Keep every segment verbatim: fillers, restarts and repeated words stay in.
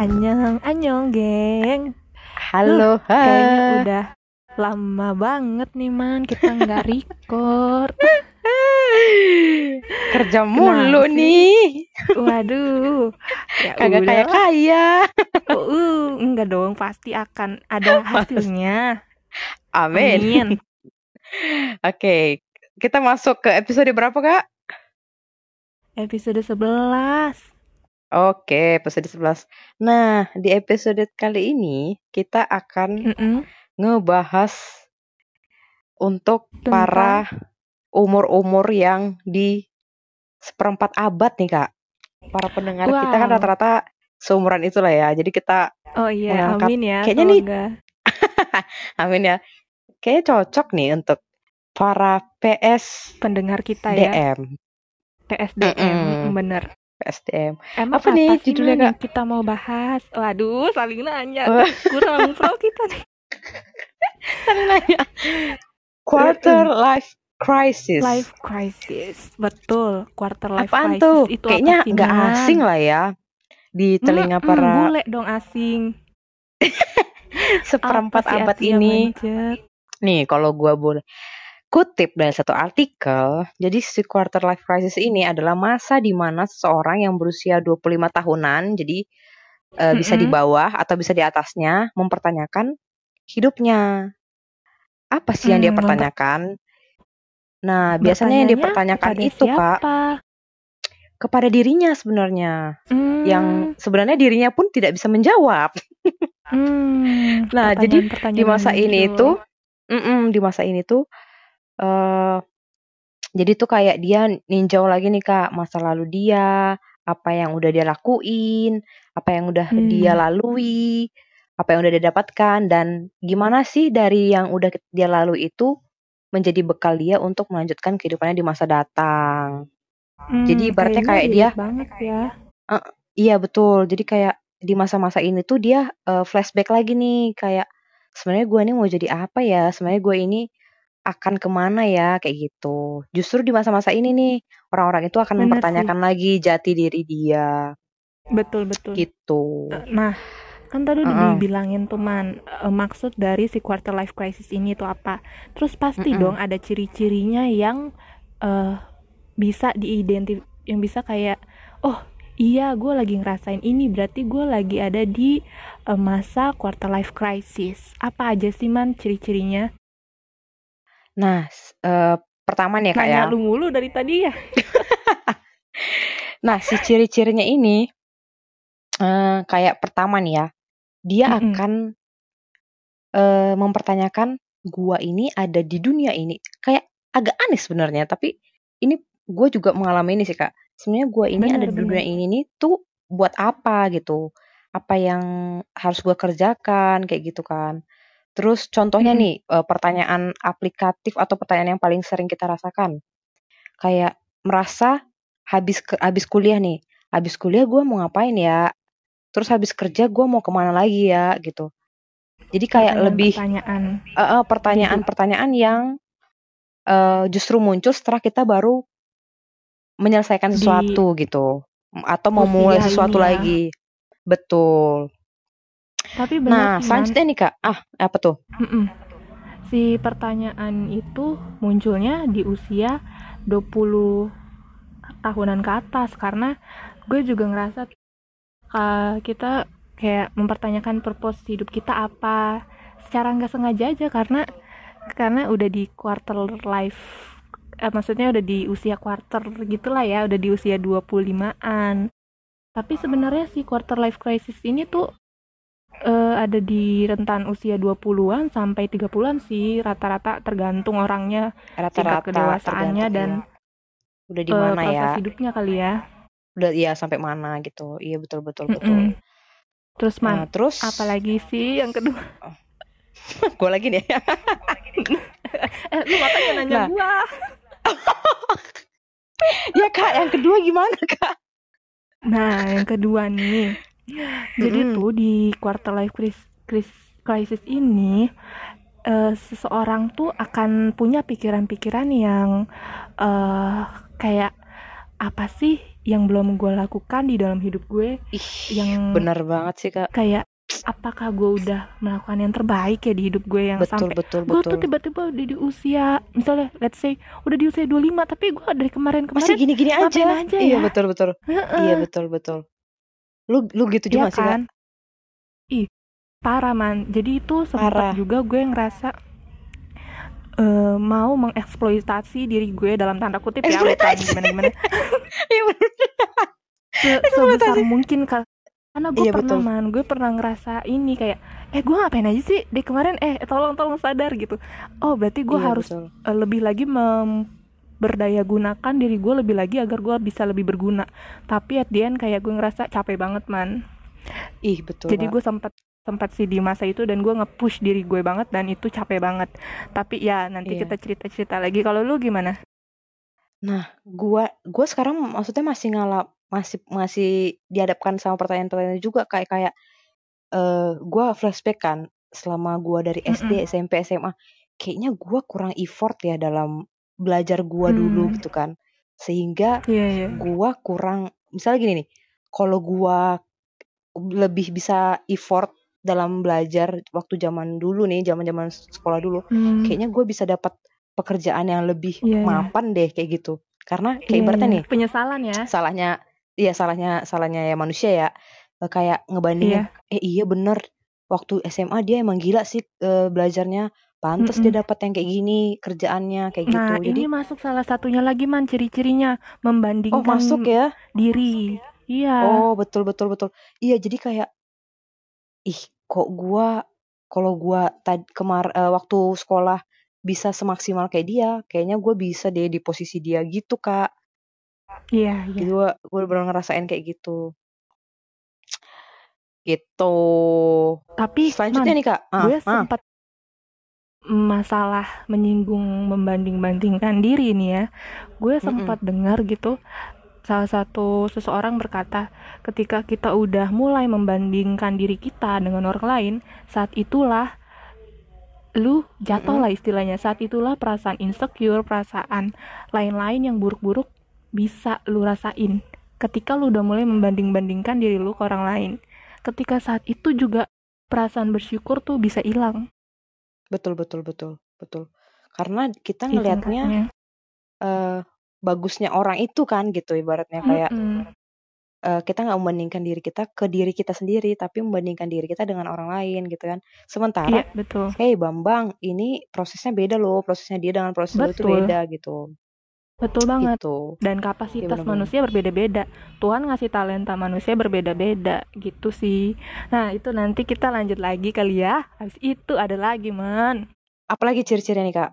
Anyong, anyong, geng. Huh, Halo, kayaknya ha. udah lama banget nih, Man. Kita nggak record. Kerja Kenapa mulu sih? nih. Waduh, ya Kagak udahlah. kaya-kaya. Oh, uh, enggak dong, pasti akan ada Mas, hasilnya. amin. Amin. Oke, kita masuk ke episode berapa, Kak? Episode sebelas. Oke, episode sebelas. Nah, di episode kali ini kita akan Mm-mm. ngebahas untuk Tentang, para umur-umur yang di seperempat abad nih, Kak. Para pendengar kita kan wow. rata-rata seumuran itulah ya. Jadi kita Oh iya, mengangkat amin ya, kayaknya nih, semoga amin ya. Kayaknya cocok nih untuk para pendengar kita ya. P S D M. P S D M, mm, Mm-mm, bener. P S D M. Emang Apa apa nih sih, judulnya, Man, Kak? yang kita mau bahas? Waduh, saling nanya Wah, nih. Kurang pro kita nih. saling nanya. Uh-uh. Quarter life crisis. Life crisis. Betul, quarter life Apaan crisis tuh? itu apa Kayaknya sih, nggak asing Man? lah ya di telinga Mm-mm, para bule dong asing. Apa seperempat sih abad artinya ini. mancet? Nih, kalau gua boleh kutip dari satu artikel, jadi si quarter life crisis ini adalah masa di mana seseorang yang berusia dua puluh lima tahunan, jadi eh, bisa di Mm-mm. bawah atau bisa di atasnya, mempertanyakan hidupnya. Apa sih yang dia Hmm, memper- pertanyakan? Nah, biasanya yang bertanyanya dipertanyakan kepada itu, Kak, siapa? kepada dirinya sebenarnya. Yang Hmm, sebenarnya dirinya pun tidak bisa menjawab. hmm, Nah, jadi di pertanyaan-pertanyaan yang masa ini muncul. tuh, mm-mm, di masa ini tuh, eh jadi tuh kayak dia ninjau lagi nih, Kak, masa lalu dia, apa yang udah dia lakuin, apa yang udah dia Hmm, lalui, apa yang udah dia dapatkan, dan gimana sih dari yang udah dia lalui itu menjadi bekal dia untuk melanjutkan kehidupannya di masa datang. hmm, Jadi ibaratnya kayaknya kayak dia, relate banget ya. eh, iya betul. Jadi kayak di masa-masa ini tuh dia eh, flashback lagi nih, kayak sebenarnya gue ini mau jadi apa ya? Sebenarnya gue ini akan kemana ya? Kayak gitu. Justru di masa-masa ini nih, orang-orang itu akan Bener sih, mempertanyakan lagi jati diri dia, betul-betul. gitu. Nah, kan tadi udah Heeh. dibilangin tuh, Man, eh, maksud dari si quarter life crisis ini tuh apa. Terus pasti dong Mm-mm. ada ciri-cirinya yang eh, bisa diidentif, yang bisa kayak, oh iya gue lagi ngerasain ini, berarti gue lagi ada di eh, masa quarter life crisis. Apa aja sih, Man, ciri-cirinya? Nah, s- eh, pertama nih ya, Kak Nanya ya. lu mulu dari tadi ya. Nah, si ciri-cirinya ini eh, kayak pertama nih ya, dia Mm-mm. akan eh, mempertanyakan gua ini ada di dunia ini. Kayak agak aneh sebenarnya, tapi ini gue juga mengalami ini sih, Kak. Sebenarnya gua ini ada di dunia Bener-bener. ini nih tuh buat apa gitu? Apa yang harus gua kerjakan kayak gitu kan? Terus contohnya Mm-mm. nih, eh, pertanyaan aplikatif atau pertanyaan yang paling sering kita rasakan, kayak merasa habis ke, habis kuliah nih, habis kuliah gue mau ngapain ya? Terus habis kerja gue mau kemana lagi ya gitu. Jadi kayak lebih Pertanyaan-pertanyaan eh, eh, gitu pertanyaan-pertanyaan yang eh, justru muncul setelah kita baru menyelesaikan di sesuatu gitu, atau mau mulai usia sesuatu ini ya. lagi. Betul. Tapi bener Nah, sih, Man. selanjutnya nih, Kak, ah apa tuh? Mm-mm. Si pertanyaan itu munculnya di usia dua puluh tahunan ke atas, karena gue juga ngerasa uh, kita kayak mempertanyakan purpose hidup kita apa secara nggak sengaja aja, karena karena udah di quarter life, eh, maksudnya udah di usia quarter gitulah ya, udah di usia dua puluh limaan. Tapi sebenarnya si quarter life crisis ini tuh eh, ada di rentan usia dua puluhan sampai tiga puluhan sih, rata-rata, tergantung orangnya, tingkat Rata-rata kedewasaannya tergantung dan ya. Udah di eh, mana ya? proses hidupnya kali ya. Udah ya sampai mana gitu. Iya betul betul betul. Mm-mm. Terus, Man, Nah, terus apalagi sih yang kedua? gue lagi nih. Eh, lu makanya nanya Nah, gua. ya Kak, yang kedua gimana Kak? Nah, yang kedua nih. Jadi Mm-mm. tuh di quarter life crisis, crisis ini, eh, seseorang tuh akan punya pikiran-pikiran yang eh kayak apa sih yang belum gue lakukan di dalam hidup gue, Ih, yang benar banget sih Kak. kayak apakah gue udah melakukan yang terbaik ya di hidup gue, yang Betul, sampai betul, gue tuh betul. tiba-tiba udah di usia misalnya let's say udah di usia dua puluh lima tapi gue dari Masih kemarin-kemarin gini-gini ngapain aja. aja Iya, ya. betul, betul. Iya, Heeh. betul, betul. Lu lu gitu Iya juga gak sih Kak? kan, ih parah man. Jadi itu sempat Parah. juga gue ngerasa eh, mau mengeksploitasi diri gue dalam tanda kutip ya, bukan Eksploitasi. gimana-gimana, Iya bener. Se- sebesar Eksploitasi. mungkin kal- karena gue Iya pernah betul. man, gue pernah ngerasa ini kayak eh gue ngapain aja sih di kemarin, eh tolong tolong sadar gitu. Oh berarti gue Iya harus betul. eh, lebih lagi memberdaya gunakan diri gue lebih lagi agar gue bisa lebih berguna. Tapi at the end kayak gue ngerasa capek banget man. Ih, betul Jadi Kak. gue sempat sempat sih di masa itu, dan gue nge-push diri gue banget dan itu capek banget. Tapi ya nanti Iya. kita cerita-cerita lagi. Kalau lu gimana? Nah, gua gua sekarang maksudnya masih ngalap masih masih dihadapkan sama pertanyaan-pertanyaan juga kayak kayak eh gua flashback kan selama gua dari S D, Mm-mm. S M P, S M A, kayaknya gua kurang effort ya dalam belajar gua dulu Hmm, gitu kan. Sehingga iya iya. gua kurang misalnya gini nih, kalau gua lebih bisa effort dalam belajar waktu zaman dulu nih, zaman-zaman sekolah dulu, Hmm, kayaknya gue bisa dapat pekerjaan yang lebih iya iya. mapan deh kayak gitu. Karena kayak Iya ibaratnya iya. nih, Penyesalan ya. salahnya, iya salahnya salahnya ya manusia ya, eh, kayak ngebandingin, Iya. eh iya bener, waktu S M A dia emang gila sih eh, belajarnya, pantes dia Mm-mm. dapat yang kayak gini kerjaannya kayak Nah, gitu. ini Jadi, masuk salah satunya lagi man, ciri-cirinya oh masuk membandingkan ya, diri. Iya. oh betul betul betul, iya jadi kayak ih, kok gua kalau gua tad kemar eee, waktu sekolah bisa semaksimal kayak dia, kayaknya gua bisa deh di posisi dia gitu, Kak. Iya iya. Jadi gua gua bener ngerasain kayak gitu. Gitu. Tapi man, Selanjutnya nih, Kak. Ah gue ah, sempat masalah menyinggung membanding-bandingkan diri nih ya. Gue mhm, sempat dengar gitu, salah satu seseorang berkata, ketika kita udah mulai membandingkan diri kita dengan orang lain, saat itulah lu jatuh mhm, lah istilahnya. Saat itulah perasaan insecure, perasaan lain-lain yang buruk-buruk bisa lu rasain. Ketika lu udah mulai membanding-bandingkan diri lu ke orang lain. Ketika saat itu juga perasaan bersyukur tuh bisa hilang. betul betul betul betul. Karena kita Sih ngelihatnya, singkatnya. eee, bagusnya orang itu kan gitu ibaratnya kayak, Mm-mm. eee, kita nggak membandingkan diri kita ke diri kita sendiri, tapi membandingkan diri kita dengan orang lain gitu kan. Sementara, Iya, betul. "Hei Bambang, ini prosesnya beda loh, prosesnya dia dengan proses lo itu Betul. beda," gitu. Betul banget. Gitu. Dan Iya kapasitas bener-bener. manusia berbeda-beda. Tuhan ngasih talenta manusia berbeda-beda. Gitu sih. Nah, itu nanti kita lanjut lagi kali ya. Habis itu ada lagi, man. Apalagi ciri-cirinya nih, Kak?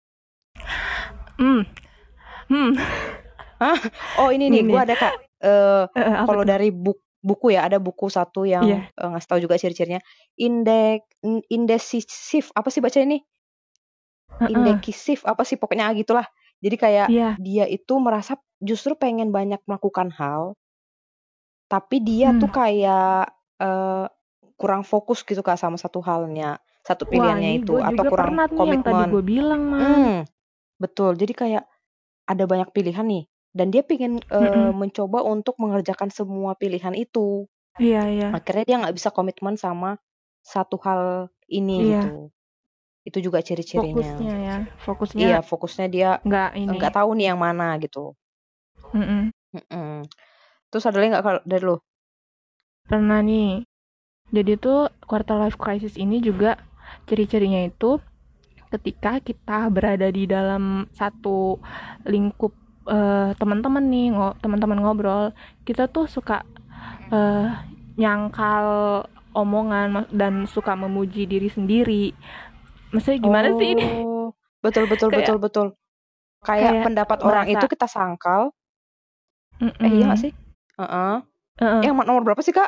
Hmm. Hmm. Hah? Oh ini Nih nih, nih. gua ada Kak, eee, Eh, eh, apa kalau tuh? dari buk buku ya, ada buku satu yang, Iya. eee, ngasih tahu juga ciri-cirinya, indek in indecisif, apa sih bacanya nih? Heeh. Indekisif, apa sih pokoknya gitulah. Jadi kayak Iya. dia itu merasa justru pengen banyak melakukan hal, tapi dia Hmm. tuh kayak, eee, kurang fokus gitu Kak sama satu halnya, satu Wah, pilihannya ini itu, gue atau juga kurang pernah nih yang tadi komitmen. gue bilang, man. Mhm, betul. Jadi kayak ada banyak pilihan nih, dan dia pengen, eee, Mm-mm. mencoba untuk mengerjakan semua pilihan itu. Iya, iya. Akhirnya dia nggak bisa komitmen sama satu hal ini Iya. gitu. Itu juga ciri-cirinya. Fokusnya ya. Fokusnya Iya, fokusnya dia nggak ini. nggak tahu nih yang mana gitu. Mm-mm. Mhm. Terus ada lagi nggak kalau dari lu? Pernah nih. Jadi tuh quarter life crisis ini juga ciri-cirinya itu ketika kita berada di dalam satu lingkup eh, teman-teman nih, ngo- teman-teman ngobrol, kita tuh suka eh, nyangkal omongan ma- dan suka memuji diri sendiri. Maksudnya gimana sih ini? Oh, betul betul betul kayak betul. Kayak kayak pendapat orang itu merasa kita sangkal. Eh iya nggak mm sih? Heeh. Eh Heeh. yang nomor berapa sih Kak?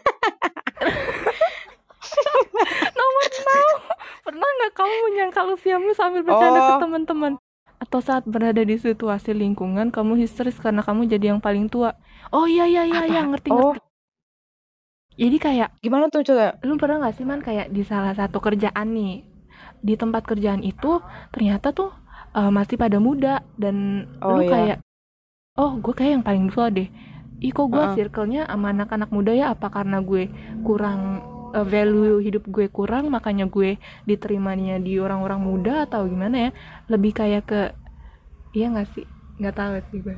Nomor nol. Pernah nggak kamu menyangkal usiamu sambil bercanda ke Oh, teman-teman? Atau saat berada di situasi lingkungan, kamu histeris karena kamu jadi yang paling tua. Oh iya iya iya iya, apa? Oh, ngerti-ngerti. Jadi kayak, gimana tuh coba? lu pernah nggak sih man kayak di salah satu kerjaan nih, di tempat kerjaan itu ternyata tuh eh, masih pada muda, dan Oh lu kayak iya. oh gue kayak yang paling tua deh. Ih kok gue Heeh. circle-nya sama anak-anak muda ya, apa karena gue kurang eh, value hidup gue kurang makanya gue diterimanya di orang-orang muda atau gimana ya, lebih kayak ke, iya nggak sih, nggak tahu sih gue.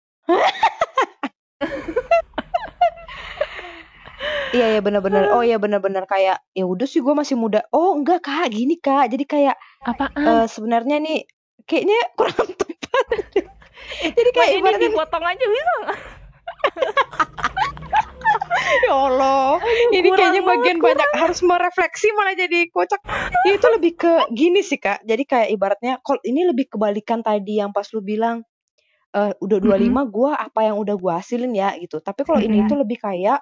Iya ya benar-benar. Oh iya benar-benar kayak ya udah sih gue masih muda. Oh enggak Kak, gini Kak. Jadi kayak Apaan? eh, sebenarnya nih kayaknya kurang tepat. Eh Jadi man kayak ini ibaratnya nih, dipotong aja bisa nggak? ya Allah, Aduh ini kurang kayaknya banget bagian banyak kurang. harus merefleksi malah jadi kocak. Ya itu lebih ke gini sih Kak. Jadi kayak ibaratnya kalau ini lebih kebalikan tadi yang pas lu bilang eh, udah Mm-mm. dua puluh lima gue apa yang udah gue hasilin ya gitu. Tapi kalau ini Mm-mm. tuh lebih kayak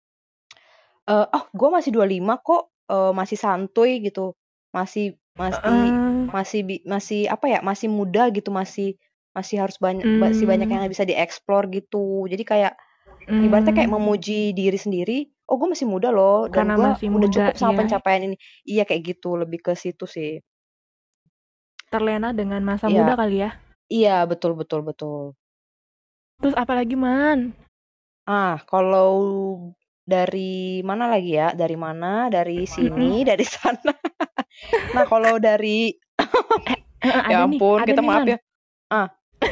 eh, oh gue masih dua puluh lima kok, eh, masih santuy gitu. Masih masih Eh, masih bi- masih apa ya? Masih muda gitu, masih masih harus banyak masih banyak mm, yang bisa dieksplor gitu. Jadi kayak ibaratnya kayak mm, memuji diri sendiri, "Oh, gue masih muda loh dan karena gue masih udah muda cukup sama ya, pencapaian ini." Iya kayak gitu, lebih ke situ sih. terlena dengan masa Iya, muda kali ya. iya betul betul betul. Terus apalagi man? Ah, kalau dari mana lagi ya? Dari mana? Dari Mm-mm. sini, dari sana. Nah, kalau dari Eh, eh, ya ada nih, ampun, ada kita nih maaf man. ya. Ah,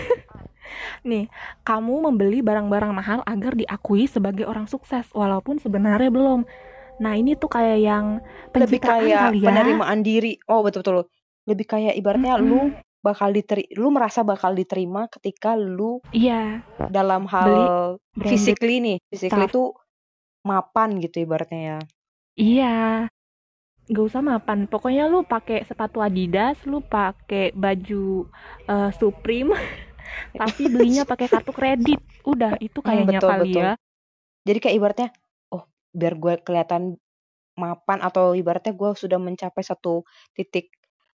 Nih, kamu membeli barang-barang mahal agar diakui sebagai orang sukses, walaupun sebenarnya belum. Nah, ini tuh kayak yang lebih pencitraan kayak kali ya. penerimaan diri. Oh, betul betul. Lebih kayak ibaratnya lu Mm-mm. bakal diteri lu merasa bakal diterima ketika lu Iya, dalam hal beli branded physically nih, physically stuff. tuh mapan gitu ibaratnya ya. Iya, gak usah mapan. Pokoknya lu pakai sepatu Adidas, lu pakai baju eh, Supreme, tapi belinya pakai kartu kredit. Udah, itu Hmm, kayaknya betul kali betul. ya. Jadi kayak ibaratnya, oh biar gue kelihatan mapan atau ibaratnya gue sudah mencapai satu titik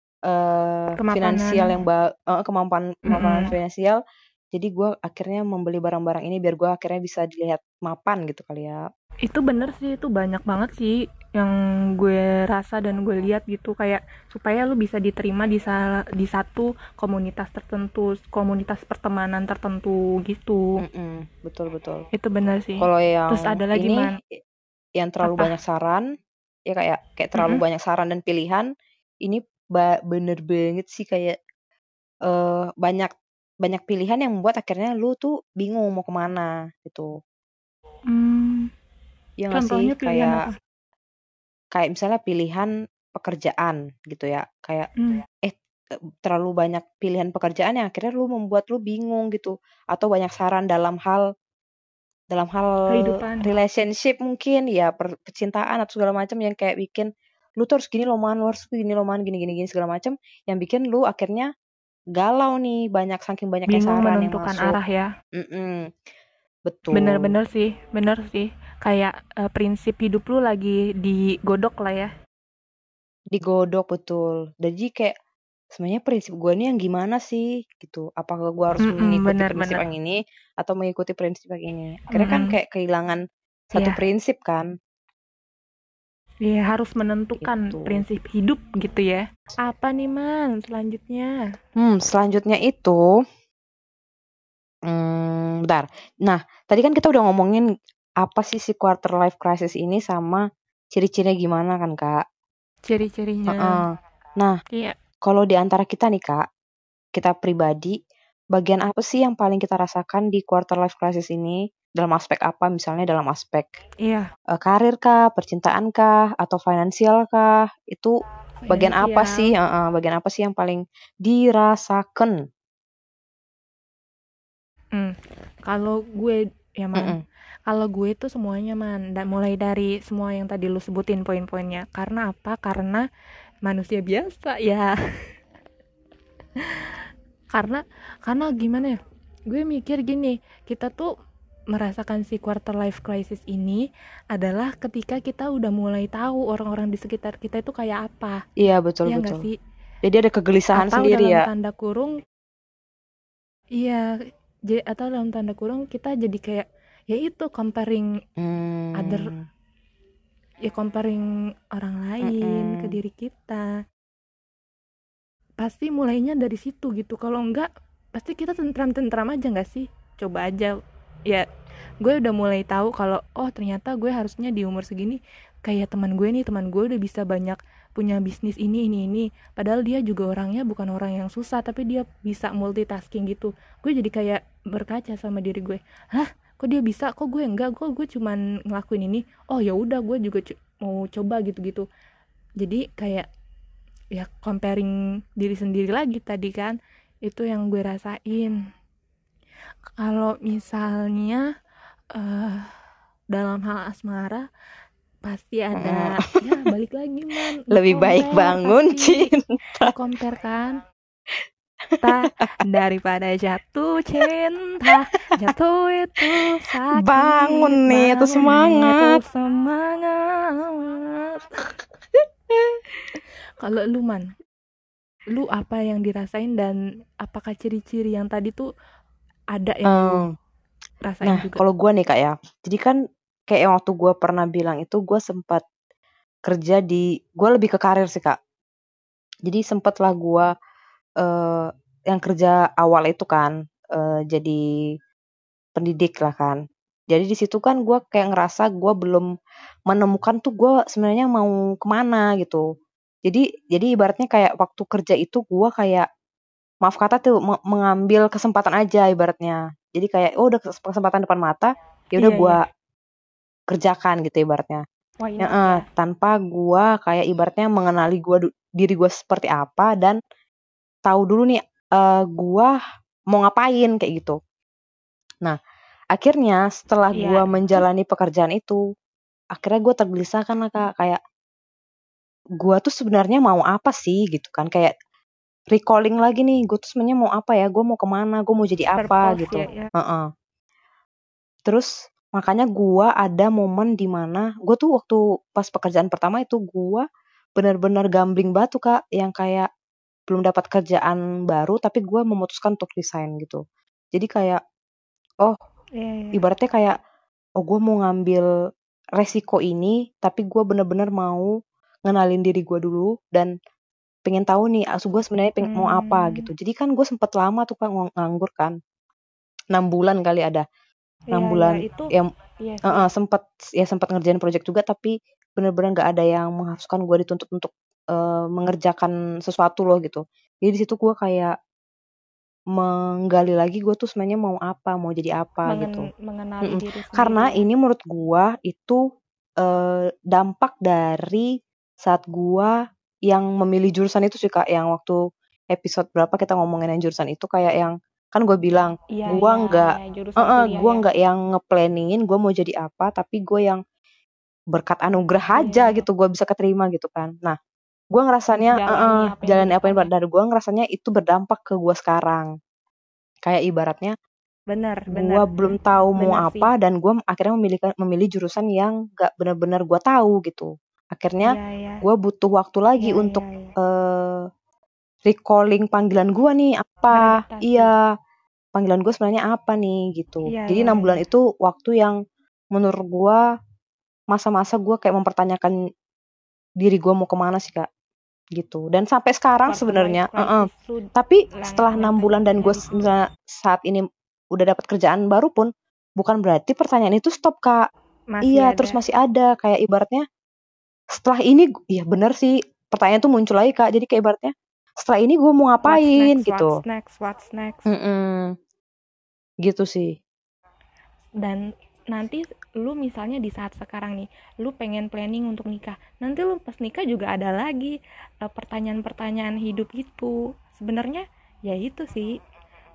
eh Kemapanan. finansial yang ba eh, kemampuan kemampuan Mm-mm. finansial. Jadi gue akhirnya membeli barang-barang ini biar gue akhirnya bisa dilihat mapan gitu kali ya. Itu bener sih, itu banyak banget sih yang gue rasa dan gue lihat gitu, kayak supaya lu bisa diterima di sa- di satu komunitas tertentu, komunitas pertemanan tertentu gitu. Mm-mm, betul betul. Itu bener sih. Kalau Terus yang ada lagi man, ini yang terlalu apa? banyak saran, ya kayak kayak terlalu Mm-mm. banyak saran dan pilihan, ini ba- bener banget sih kayak eh banyak banyak pilihan yang membuat akhirnya lu tuh bingung mau kemana gitu. Hmm, Ya nggak sih? contohnya pilihan Kayak apa? kayak misalnya pilihan pekerjaan gitu ya. Kayak Hmm, eh terlalu banyak pilihan pekerjaan yang akhirnya lu membuat lu bingung gitu. Atau banyak saran dalam hal dalam hal kehidupan. relationship mungkin ya per- percintaan atau segala macam yang kayak bikin lu tuh harus gini loh man, lu harus gini loh man, gini gini gini segala macam yang bikin lu akhirnya galau nih banyak saking banyaknya Bingung saran yang menentukan masuk. arah ya. Mm-mm, betul. Bener-bener sih, bener sih. Kayak eh, prinsip hidup lu lagi digodok lah ya. Digodok betul. Jadi kayak sebenarnya prinsip gue nih yang gimana sih gitu. Apakah gue harus Mm-mm, mengikuti prinsip bener-bener. yang ini atau mengikuti prinsip yang ini? Akhirnya kan Mm-mm. kayak kehilangan satu Iya, prinsip kan iya harus menentukan gitu. prinsip hidup gitu ya. Apa nih man selanjutnya? Hmm, selanjutnya itu hmm, bentar. Nah, tadi kan kita udah ngomongin apa sih si quarter life crisis ini sama ciri-cirinya gimana kan, Kak? Ciri-cirinya. Heeh. Nah, Iya. kalau di antara kita nih, Kak, kita pribadi, bagian apa sih yang paling kita rasakan di quarter life crisis ini? Dalam aspek apa? Misalnya dalam aspek Iya, eh, karir kah, percintaan kah, atau finansial kah? Itu bagian apa sih? finansial. Heeh, bagian apa sih yang paling dirasakan? Hmm. Kalau gue ya man, Mm-mm. kalau gue itu semuanya man, dan mulai dari semua yang tadi lu sebutin poin-poinnya. Karena apa? Karena manusia biasa ya. karena karena gimana ya, gue mikir gini, kita tuh merasakan si quarter life crisis ini adalah ketika kita udah mulai tahu orang-orang di sekitar kita itu kayak apa, Iya, betul ya nggak betul. sih? Jadi ada kegelisahan Atau sendiri dalam ya. tanda kurung, iya, j- atau dalam tanda kurung kita jadi kayak ya itu comparing other, Hmm. ya comparing orang lain ke Mm-mm. diri kita. Pasti mulainya dari situ gitu, kalau enggak pasti kita tentram-tentram aja nggak sih? coba aja. Ya gue udah mulai tahu kalau oh ternyata gue harusnya di umur segini kayak teman gue nih, teman gue udah bisa banyak punya bisnis ini ini ini padahal dia juga orangnya bukan orang yang susah tapi dia bisa multitasking gitu. Gue jadi kayak berkaca sama diri gue, hah kok dia bisa kok gue enggak, kok gue cuman ngelakuin ini, oh ya udah gue juga co- mau coba gitu-gitu. Jadi kayak ya comparing diri sendiri lagi tadi kan, itu yang gue rasain. Kalau misalnya eh dalam hal asmara pasti Mm. ada ya balik lagi man, Lebih baik nge-compare bangun pasti, cinta. nge-compare kan, ta daripada jatuh cinta, jatuh itu Bangun sakit, nih atau bangun itu semangat. semangat. Kalau lu man, lu apa yang dirasain dan apakah ciri-ciri yang tadi tuh ada yang lu Em, rasain nah, juga? kalau gue nih kak ya, jadi kan kayak yang waktu gue pernah bilang itu gue sempat kerja di, gue lebih ke karir sih kak. Jadi sempet lah gue eh yang kerja awal itu kan eh, jadi pendidik lah kan. Jadi di situ kan gue kayak ngerasa gue belum menemukan tuh gue sebenarnya mau kemana gitu. Jadi jadi ibaratnya kayak waktu kerja itu gue kayak maaf kata tuh me- mengambil kesempatan aja ibaratnya. Jadi kayak oh udah kes- kesempatan depan mata, ya udah Iya gue iya, kerjakan gitu ibaratnya. why Ya, not eh, ya. tanpa gue kayak ibaratnya mengenali gua du- diri gue seperti apa dan tahu dulu nih eh gue mau ngapain kayak gitu. Nah, akhirnya setelah Iya gue terus, menjalani pekerjaan itu, akhirnya gue tergelisahkan lah kak, kayak gue tuh sebenarnya mau apa sih gitu kan, kayak recalling lagi nih, gue tuh sebenarnya mau apa ya, gue mau kemana, gue mau jadi apa purpose ya gitu. ya. Heeh. Terus makanya gue ada momen di mana gue tuh waktu pas pekerjaan pertama itu gue benar-benar gambling batu kak, yang kayak belum dapat kerjaan baru tapi gue memutuskan untuk resign gitu. Jadi kayak oh Iya iya, ibaratnya kayak oh gue mau ngambil resiko ini tapi gue bener-bener mau ngenalin diri gue dulu dan pengen tahu nih asu gue sebenarnya peng- mau apa hmm, gitu. Jadi kan gue sempet lama tuh kan ng- nganggur kan, enam bulan kali ada, enam iya iya bulan itu, yang iya eh, sih, eh, sempet ya sempet ngerjain project juga tapi bener-bener nggak ada yang mengharuskan gue dituntut untuk eh, mengerjakan sesuatu loh gitu. Jadi di situ gue kayak menggali lagi gue tuh sebenarnya mau apa, mau jadi apa gitu. mengen mengenali Mm-mm. diri sendiri Karena ya. ini menurut gua itu eh, dampak dari saat gua yang memilih jurusan itu sih Kak, yang waktu episode berapa kita ngomongin yang jurusan itu kayak yang kan gue bilang Iya gua iya nggak iya, eh, jurusan eh, kuliah gua ya. nggak yang nge-planningin gua mau jadi apa, tapi gue yang berkat anugerah Iya aja iya, gitu gua bisa keterima gitu kan. Nah, gua ngerasanya eh, eh, jalani apa yang di jalan apa depan yang ya. dari gua ngerasanya itu berdampak ke gua sekarang. Kayak ibaratnya Bener bener gua belum tahu mau bener sih. apa dan gua akhirnya memilih memilih jurusan yang gak benar-benar gua tahu gitu. Akhirnya Iya iya gua butuh waktu lagi iya iya untuk iya, eh, recalling panggilan gua nih apa. beradaptasi. Iya, panggilan gua sebenarnya apa nih gitu. Iya Jadi iya enam bulan iya, itu waktu yang menurut gua masa-masa gua kayak mempertanyakan diri gua mau kemana sih Kak gitu. Dan sampai sekarang quarter life sebenarnya, eh, eh. crisis lu Tapi yang setelah enam bulan dan nyata-nyatanya gue di situ. misalnya saat ini udah dapat kerjaan baru pun bukan berarti pertanyaan itu stop Kak. Masih Iya, terus ada. masih ada kayak ibaratnya setelah ini iya bener sih pertanyaan tuh muncul lagi Kak. Jadi kayak ibaratnya setelah ini gue mau What's ngapain next, what's gitu. next, what's next. Mm-mm, gitu sih. Dan nanti lu misalnya di saat sekarang nih, lu pengen planning untuk nikah, nanti lu pas nikah juga ada lagi eh, pertanyaan-pertanyaan hidup itu. Sebenarnya ya itu sih,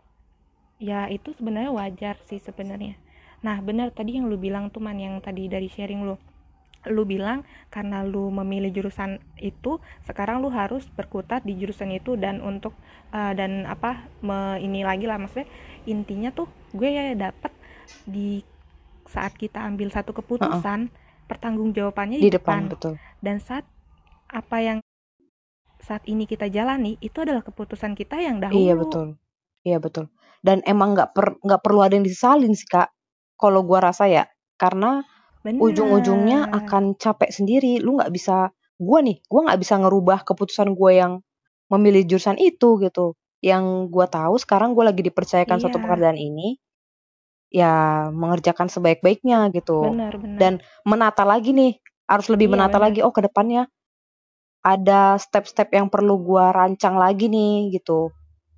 ya itu sebenarnya wajar sih sebenarnya. Nah benar tadi yang lu bilang tuh man, yang tadi dari sharing lu, lu bilang karena lu memilih jurusan itu sekarang lu harus berkutat di jurusan itu dan untuk uh, dan apa me, ini lagi lah maksudnya, intinya tuh gue ya dapet di saat kita ambil satu Heeh, keputusan pertanggungjawabannya di di depan depan, betul. dan saat apa yang saat ini kita jalani itu adalah keputusan kita yang Iya dahulu. betul. Iya betul. Dan emang nggak per nggak perlu ada yang disesalin sih Kak. Kalau gua rasa ya, karena ujung-ujungnya Bener, akan capek sendiri. Lu nggak bisa, gua nih, gua nggak bisa ngerubah keputusan gua yang memilih jurusan itu gitu. Yang gua tahu sekarang gua lagi dipercayakan suatu iya pekerjaan ini. ya mengerjakan sebaik-baiknya gitu. Benar, benar. Dan menata lagi nih, harus lebih Iya, menata benar. lagi, oh ke depannya ada step-step yang perlu gua rancang lagi nih gitu.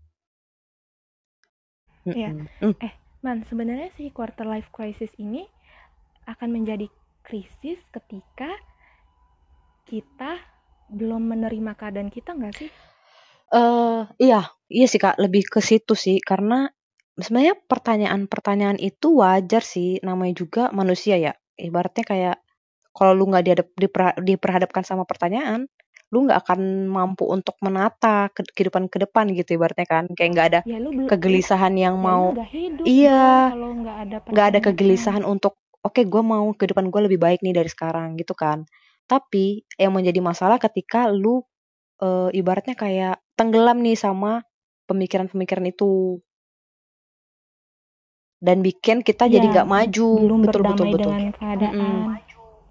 Iya. Mm-mm. Mm. Eh, Man, sebenarnya si quarter life crisis ini akan menjadi krisis ketika kita belum menerima keadaan kita nggak sih? Eh, iya, iya sih Kak, lebih ke situ sih karena sebenarnya pertanyaan-pertanyaan itu wajar sih, namanya juga manusia ya. Ibaratnya kayak kalau lu nggak dihadap, dipera- diperhadapkan sama pertanyaan, lu nggak akan mampu untuk menata ke- kehidupan ke depan gitu ibaratnya kan. Kayak nggak ada Ya lu belum lu kegelisahan yang ya lu mau, nggak hidup dong iya, kalau nggak ada nggak ada pertanyaan. kegelisahan untuk, oke gue mau kehidupan gue lebih baik nih dari sekarang gitu kan. Tapi yang menjadi masalah ketika lu eh, ibaratnya kayak tenggelam nih sama pemikiran-pemikiran itu dan bikin kita jadi Ya, nggak maju. belum Betul betul berdamai betul. dengan Mm-mm. keadaan.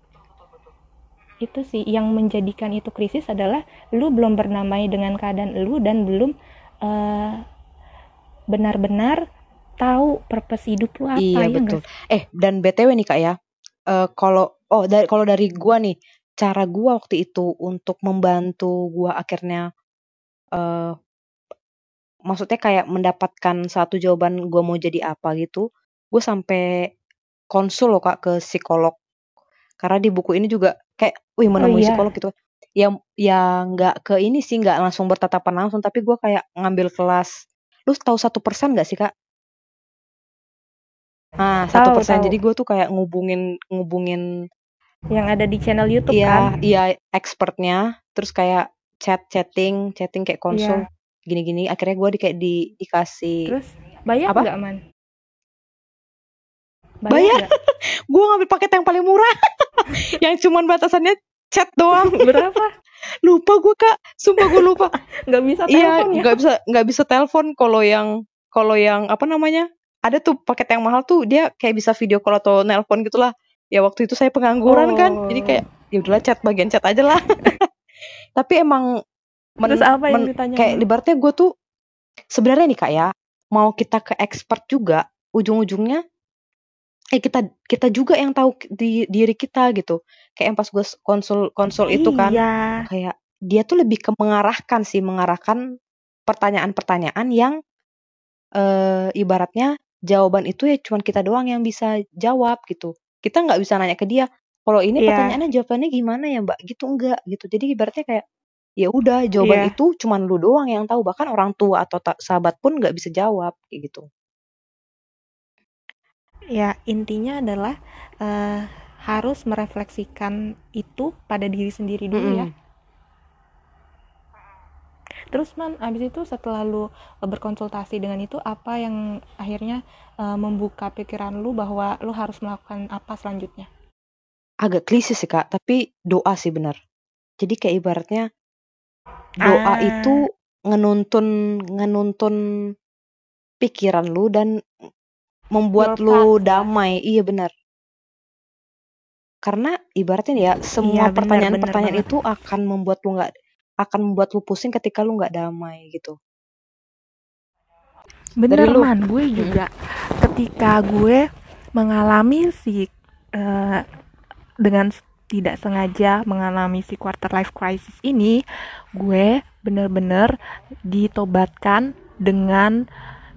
Itu sih yang menjadikan itu krisis adalah lu belum berdamai dengan keadaan lu dan belum eh, benar-benar tahu purpose hidup lu apa, Iya ya enggak betul. sih? Eh dan B T W nih Kak ya, eh, kalau oh dari kalau dari gua nih, cara gua waktu itu untuk membantu gua akhirnya, eh, maksudnya kayak mendapatkan satu jawaban gua mau jadi apa gitu, gue sampai konsul loh Kak ke psikolog. Karena di buku ini juga kayak, wih Oh menemui iya. psikolog gitu. Yang yang nggak ke ini sih, nggak langsung bertatapan langsung, tapi gue kayak ngambil kelas. Lu tahu satu persen nggak sih Kak? Nah, satu Tahu, persen. tahu. Jadi gue tuh kayak ngubungin ngubungin Yang ada di channel YouTube iya kan? iya expertnya, terus kayak chat chatting chatting kayak konsul Iya. gini-gini. Akhirnya gue di, kayak di, dikasih Terus bayar apa? nggak, Man? Bayar Bayar. nggak? Gue ngambil paket yang paling murah, yang cuman batasannya chat doang. Berapa? Lupa gue Kak, sumpah gue lupa. Nggak bisa Iya, telepon ya? nggak bisa nggak bisa telepon. Kalau yang kalau yang apa namanya? Ada tuh paket yang mahal tuh dia kayak bisa video call atau nelpon gitulah. Ya waktu itu saya pengangguran kan, jadi Oh. kayak ya udahlah chat bagian chat aja lah. Tapi emang Terus men, apa yang men kayak ditanyain? ibaratnya gue tuh sebenarnya nih Kak ya, mau kita ke expert juga, ujung-ujungnya eh kita kita juga yang tahu di diri kita gitu. Kayak yang pas gue konsul konsul itu kan, Iya. kayak dia tuh lebih ke mengarahkan sih, mengarahkan pertanyaan-pertanyaan yang Eee, ibaratnya jawaban itu ya cuman kita doang yang bisa jawab gitu. Kita nggak bisa nanya ke dia, "Kalau ini Iya. pertanyaannya jawabannya gimana ya, Mbak?" Gitu, enggak gitu. Jadi ibaratnya kayak, ya udah jawaban Iya. itu cuman lu doang yang tahu, bahkan orang tua atau ta sahabat pun nggak bisa jawab, kayak gitu. Ya, intinya adalah eh, harus merefleksikan itu pada diri sendiri dulu ya. Mhm. Terus Man, abis itu setelah lu eh, berkonsultasi dengan itu, apa yang akhirnya eh, membuka pikiran lu bahwa lu harus melakukan apa selanjutnya? Agak klise sih, Kak, tapi doa sih bener. Jadi kayak ibaratnya doa itu Ah, ngenuntun ngenuntun pikiran lu dan membuat your lu path ya. damai. Iya bener. Karena ibaratnya nih ya, Iya, semua bener bener pertanyaan-pertanyaan banget. itu akan membuat lu nggak akan membuat lu pusing ketika lu nggak damai gitu. Dari Bener lu, Man, gue mhm, juga ketika gue mengalami si eh, dengan tidak sengaja mengalami si quarter life crisis ini, gue bener-bener ditobatkan dengan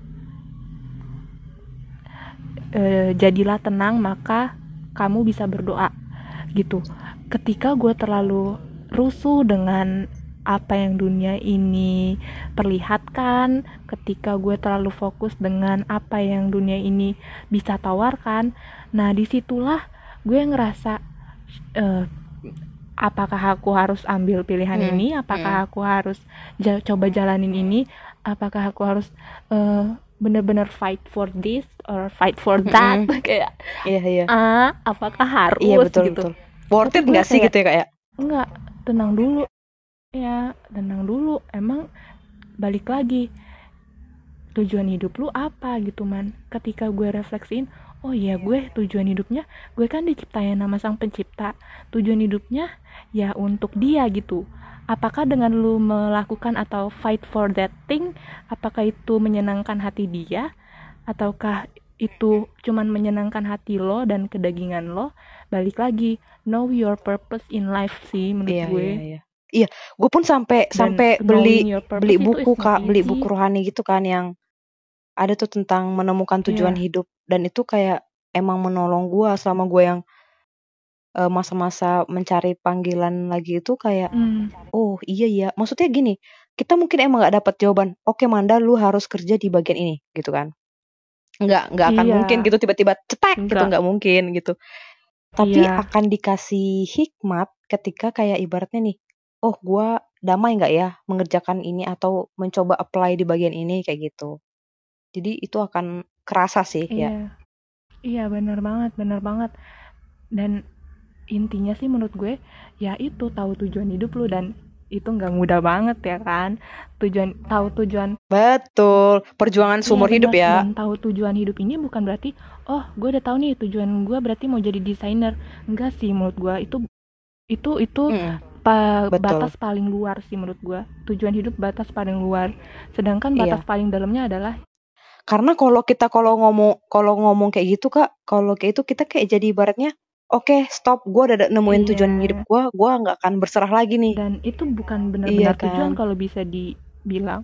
e, jadilah tenang maka kamu bisa berdoa gitu. Ketika gue terlalu rusuh dengan apa yang dunia ini perlihatkan, ketika gue terlalu fokus dengan apa yang dunia ini bisa tawarkan, nah disitulah gue ngerasa eh, apakah aku harus ambil pilihan mhm ini, mhm, apakah aku harus ja- coba jalanin ini, apakah aku harus uh, bener-bener fight for this or fight for that, mhm, kayak iya iya, ah apakah iya harus betul gitu. betul. Worth Tapi it gue nggak sih kayak gitu ya, Kak, ya? enggak, tenang dulu ya, tenang dulu, emang balik lagi tujuan hidup lu apa gitu Man. Ketika gue refleksiin, oh iya, gue tujuan hidupnya, gue kan diciptain nama sang pencipta, tujuan hidupnya ya untuk dia gitu. Apakah dengan lu melakukan atau fight for that thing, apakah itu menyenangkan hati dia, ataukah itu cuman menyenangkan hati lo dan kedagingan lo, balik lagi know your purpose in life sih menurut Iya, gue. iya, iya. Iya, gue pun sampai Dan sampai knowing beli your beli purpose itu buku is not Kak, beli easy. buku rohani gitu kan yang ada tuh tentang menemukan tujuan Iya. hidup, dan itu kayak emang menolong gue selama gue yang uh, masa-masa mencari panggilan lagi itu kayak Hmm. oh iya ya, maksudnya gini, kita mungkin emang nggak dapat jawaban, oke Manda lu harus kerja di bagian ini gitu kan, nggak nggak akan Iya. mungkin gitu tiba-tiba cetek gitu, Enggak. nggak mungkin gitu, tapi Iya. akan dikasih hikmat ketika kayak ibaratnya nih, oh gue damai nggak ya mengerjakan ini atau mencoba apply di bagian ini kayak gitu, jadi itu akan kerasa sih ya. Iya. Iya, benar banget, benar banget. Dan intinya sih menurut gue ya itu tahu tujuan hidup lu, dan itu nggak mudah banget ya kan. Tujuan tahu tujuan Betul, perjuangan Iya seumur hidup benar, ya. dan tahu tujuan hidup ini bukan berarti oh gue udah tahu nih tujuan gue berarti mau jadi desainer. Enggak sih menurut gue, itu itu itu Mm, pa- betul. batas paling luar sih menurut gue. Tujuan hidup batas paling luar, sedangkan batas Iya. paling dalamnya adalah Karena kalau kita kalau ngomong kalau ngomong kayak gitu Kak, kalau kayak itu kita kayak jadi ibaratnya, oke stop, gue udah nemuin tujuan hidup iya, gue, gue nggak akan berserah lagi nih. dan itu bukan Iya benar-benar tujuan kan? kalau bisa dibilang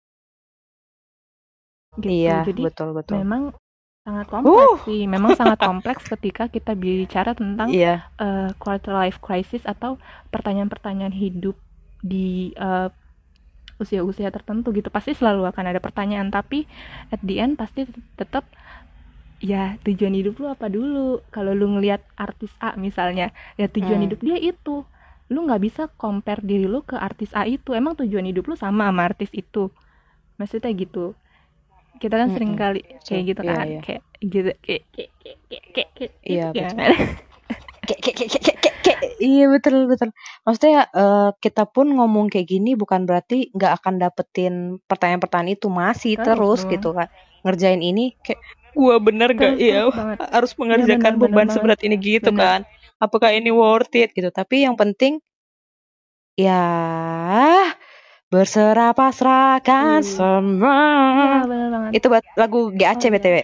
gitu. Iya, Jadi betul betul. memang sangat kompleks Uh, sih, memang sangat kompleks ketika kita bicara tentang iya. uh, quarter life crisis atau pertanyaan-pertanyaan hidup di uh, usia-usia tertentu gitu. Pasti selalu akan ada pertanyaan, tapi at the end pasti tetap ya tujuan hidup lu apa dulu. Kalau lu ngelihat artis A misalnya, ya tujuan Hmm. hidup dia itu, lu nggak bisa compare diri lu ke artis A itu. Emang tujuan hidup lu sama sama artis itu? Maksudnya gitu. Kita kan sering Mm-mm. kali kayak So, gitu iya kan, iya. kayak gitu, kayak kayak kayak kayak kayak, kayak Iya gitu betul. kan. Kayak kayak kayak kayak kayak kayak iya betul betul. Maksudnya eh, kita pun ngomong kayak gini bukan berarti nggak akan dapetin pertanyaan-pertanyaan itu, masih Terus terus dong, gitu kan. Ngerjain ini kayak gua bener gak terus terus ya banget. harus Ya benar mengerjakan benar beban banget, seberat ini gitu benar kan. Apakah ini worth it gitu. Tapi yang penting ya berserah pasrahkan uh semua. iya benar banget. Itu buat lagu G A C Oh B T W. iya,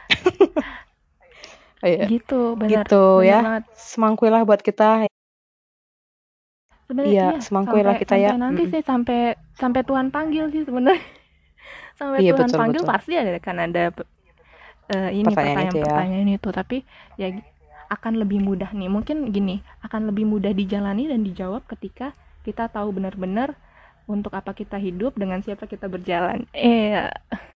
Oh, iya. gitu, benar Gitu benar ya. banget. Semangkuilah buat kita. Sebenarnya Iya, iya, semangkuilah sampai kita ya. sampai nanti Mm-mm. sih, sampai sampai Tuhan panggil sih sebenarnya. Sampai Iya Tuhan betul panggil betul. pasti ada kan, ada uh, ini Pertanyaan itu ya. pertanyaan-pertanyaan itu, tapi ya akan lebih mudah nih, mungkin gini, akan lebih mudah dijalani dan dijawab ketika kita tahu benar-benar untuk apa kita hidup, dengan siapa kita berjalan. Eh,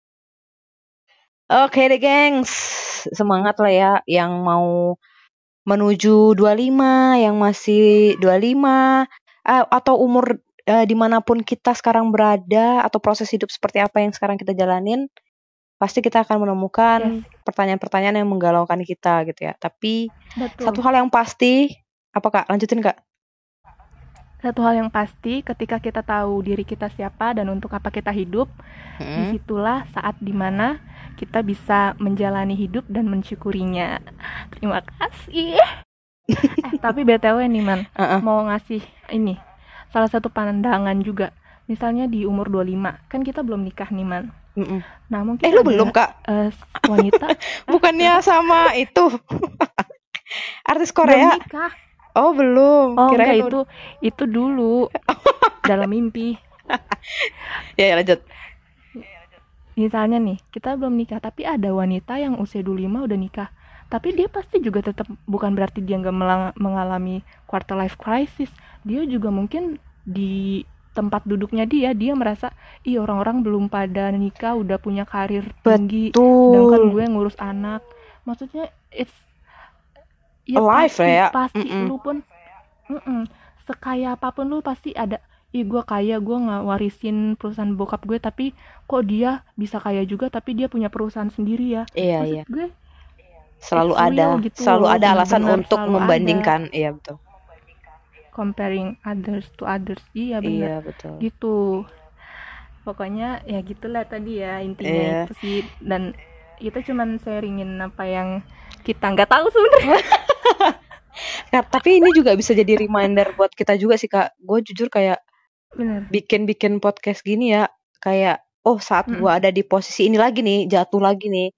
Oke deh gengs, semangat lah ya yang mau menuju dua puluh lima, yang masih dua puluh lima, uh, atau umur uh, dimanapun kita sekarang berada, atau proses hidup seperti apa yang sekarang kita jalanin, pasti kita akan menemukan yes, pertanyaan-pertanyaan yang menggalaukan kita gitu ya. Tapi betul. satu hal yang pasti, apa Kak? Lanjutin Kak. Satu hal yang pasti, ketika kita tahu diri kita siapa dan untuk apa kita hidup, Hmm. disitulah saat dimana kita bisa menjalani hidup dan mensyukurinya. Terima kasih. eh tapi B T W nih man, Uh-uh. mau ngasih ini salah satu pandangan juga. Misalnya di umur dua puluh lima, kan kita belum nikah nih man. Mm-mm. Nah mungkin Eh lu ada belum Kak? uh, wanita Bukannya eh, sama itu artis belum Korea? nikah. Oh belum, Oh kirain enggak, itu itu dulu dalam mimpi. ya, ya lanjut. Misalnya nih, kita belum nikah, tapi ada wanita yang usia dua puluh lima udah nikah. Tapi dia pasti juga tetap, bukan berarti dia nggak mengalami quarter life crisis. Dia juga mungkin di tempat duduknya dia, dia merasa, ih orang-orang belum pada nikah, udah punya karir tinggi, Betul. sedangkan gue ngurus anak. Maksudnya, it's ya Alive pasti, ya. pasti Mm-mm. lu pun, mm-mm, sekaya apapun lu pasti ada, ih gue kaya, gue nggak warisin perusahaan bokap gue, tapi kok dia bisa kaya juga tapi dia punya perusahaan sendiri ya. Iya Maksud iya. gue Selalu it's ada, real gitu selalu loh, ada alasan bener-bener untuk selalu membandingkan. ada Iya betul. comparing others to others. Iya bener Iya betul. gitu. Pokoknya ya gitulah tadi ya, intinya Iya. itu sih. Dan kita cuman sharingin apa yang kita nggak tahu sebenarnya. Nah, tapi ini juga bisa jadi reminder buat kita juga sih Kak. Gue jujur kayak Bener. bikin-bikin podcast gini ya, kayak oh saat Mm-mm. gue ada di posisi ini lagi nih, jatuh lagi nih,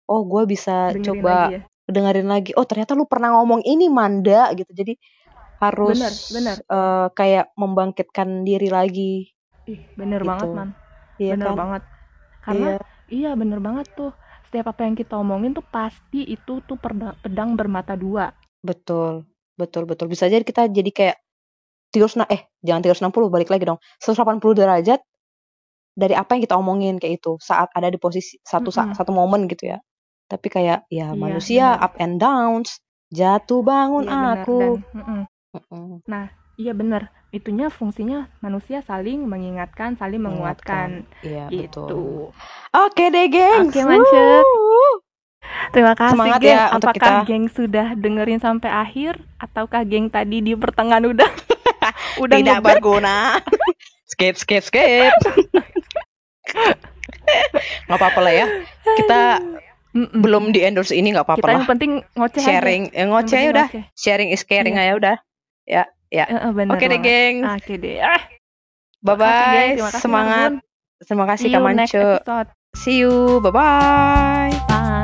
oh gue bisa dengerin coba lagi ya. dengerin lagi, oh ternyata lu pernah ngomong ini Manda gitu. Jadi harus Bener, bener. uh, kayak membangkitkan diri lagi. Ih, bener Gitu. banget man. Iya Bener kan? banget. Karena Iya. iya bener banget tuh. Setiap apa yang kita omongin tuh pasti itu tuh perda- pedang bermata dua. Betul, betul, betul. Bisa jadi kita jadi kayak tiga ratus na- eh jangan tiga ratus enam puluh, balik lagi dong. seratus delapan puluh derajat dari apa yang kita omongin kayak itu saat ada di posisi satu sa- Mm-mm. satu momen gitu ya. Tapi kayak ya Iya manusia bener. up and downs, jatuh bangun Iya bener aku. dan mm-mm. Mm-mm. Nah iya bener. Itunya fungsinya manusia saling mengingatkan, saling Menguatkan. menguatkan. Iya, betul. Gitu. Oke deh, gengs. Oke Mance. Wuh. Terima kasih, Semangat geng. ya untuk Apakah kita. geng sudah dengerin sampai akhir, ataukah geng tadi di pertengahan udah udah Tidak ngebet? berguna. skip, skip, skip. Nggak apa-apa lah ya. Kita Mm-mm. belum di endorse ini, nggak apa-apa Kita lah. yang penting ngoceh Sharing, aja. eh, ngoceh aja udah. Ngoceh. Sharing is caring Iya. aja udah. Ya, ya. Uh, bener Oke deh, banget. geng. Oke deh. Ah. Bye bye. Geng. Terima kasih Semangat. Marbun. Terima kasih See you Kak next Mance. episode. See you. Bye bye. Bye.